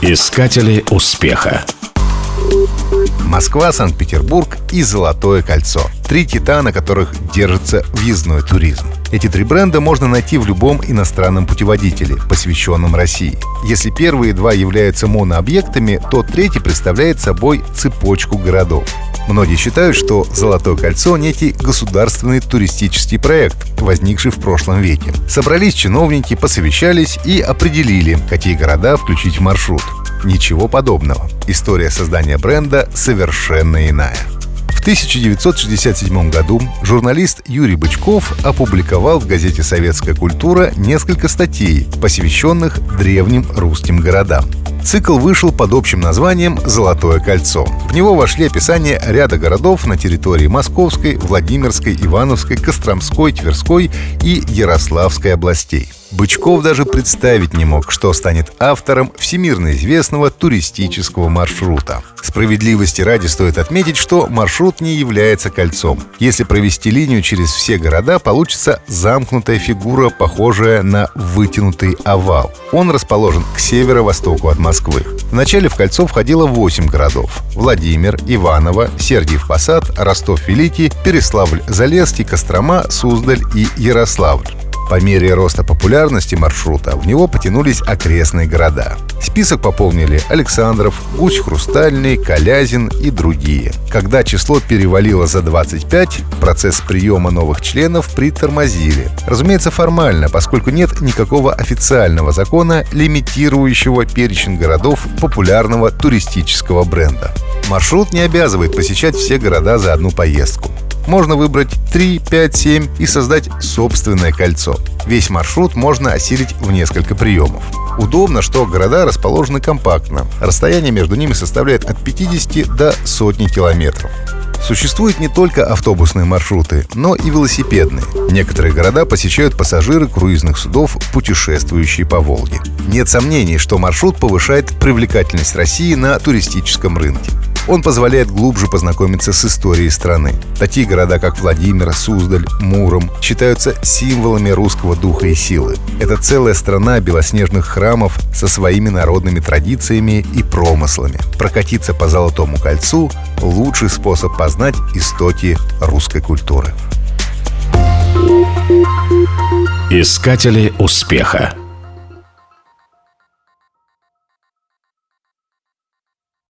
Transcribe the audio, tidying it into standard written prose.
Искатели успеха. Москва, Санкт-Петербург и Золотое кольцо. Три кита, на которых держится въездной туризм. Эти три бренда можно найти в любом иностранном путеводителе, посвященном России. Если первые два являются монообъектами, то третий представляет собой цепочку городов. Многие считают, что «Золотое кольцо» — некий государственный туристический проект, возникший в прошлом веке. Собрались чиновники, посовещались и определили, какие города включить в маршрут. Ничего подобного. История создания бренда совершенно иная. В 1967 году журналист Юрий Бычков опубликовал в газете «Советская культура» несколько статей, посвященных древним русским городам. Цикл вышел под общим названием «Золотое кольцо». В него вошли описания ряда городов на территории Московской, Владимирской, Ивановской, Костромской, Тверской и Ярославской областей. Бычков даже представить не мог, что станет автором всемирно известного туристического маршрута. Справедливости ради стоит отметить, что маршрут не является кольцом. Если провести линию через все города, получится замкнутая фигура, похожая на вытянутый овал. Он расположен к северо-востоку от Москвы. Вначале в кольцо входило 8 городов: Владимир, Иваново, Сергиев Посад, Ростов-Великий, Переславль-Залесский, Кострома, Суздаль и Ярославль. По мере роста популярности маршрута в него потянулись окрестные города. Список пополнили Александров, Гусь-Хрустальный, Калязин и другие. Когда число перевалило за 25, процесс приема новых членов притормозили. Разумеется, формально, поскольку нет никакого официального закона, лимитирующего перечень городов популярного туристического бренда. Маршрут не обязывает посещать все города за одну поездку. Можно выбрать 3, 5, 7 и создать собственное кольцо. Весь маршрут можно осилить в несколько приемов. Удобно, что города расположены компактно. Расстояние между ними составляет от 50 до сотни километров. Существуют не только автобусные маршруты, но и велосипедные. Некоторые города посещают пассажиры круизных судов, путешествующие по Волге. Нет сомнений, что маршрут повышает привлекательность России на туристическом рынке. Он позволяет глубже познакомиться с историей страны. Такие города, как Владимир, Суздаль, Муром, считаются символами русского духа и силы. Это целая страна белоснежных храмов со своими народными традициями и промыслами. Прокатиться по Золотому кольцу — лучший способ познать истоки русской культуры. Искатели успеха.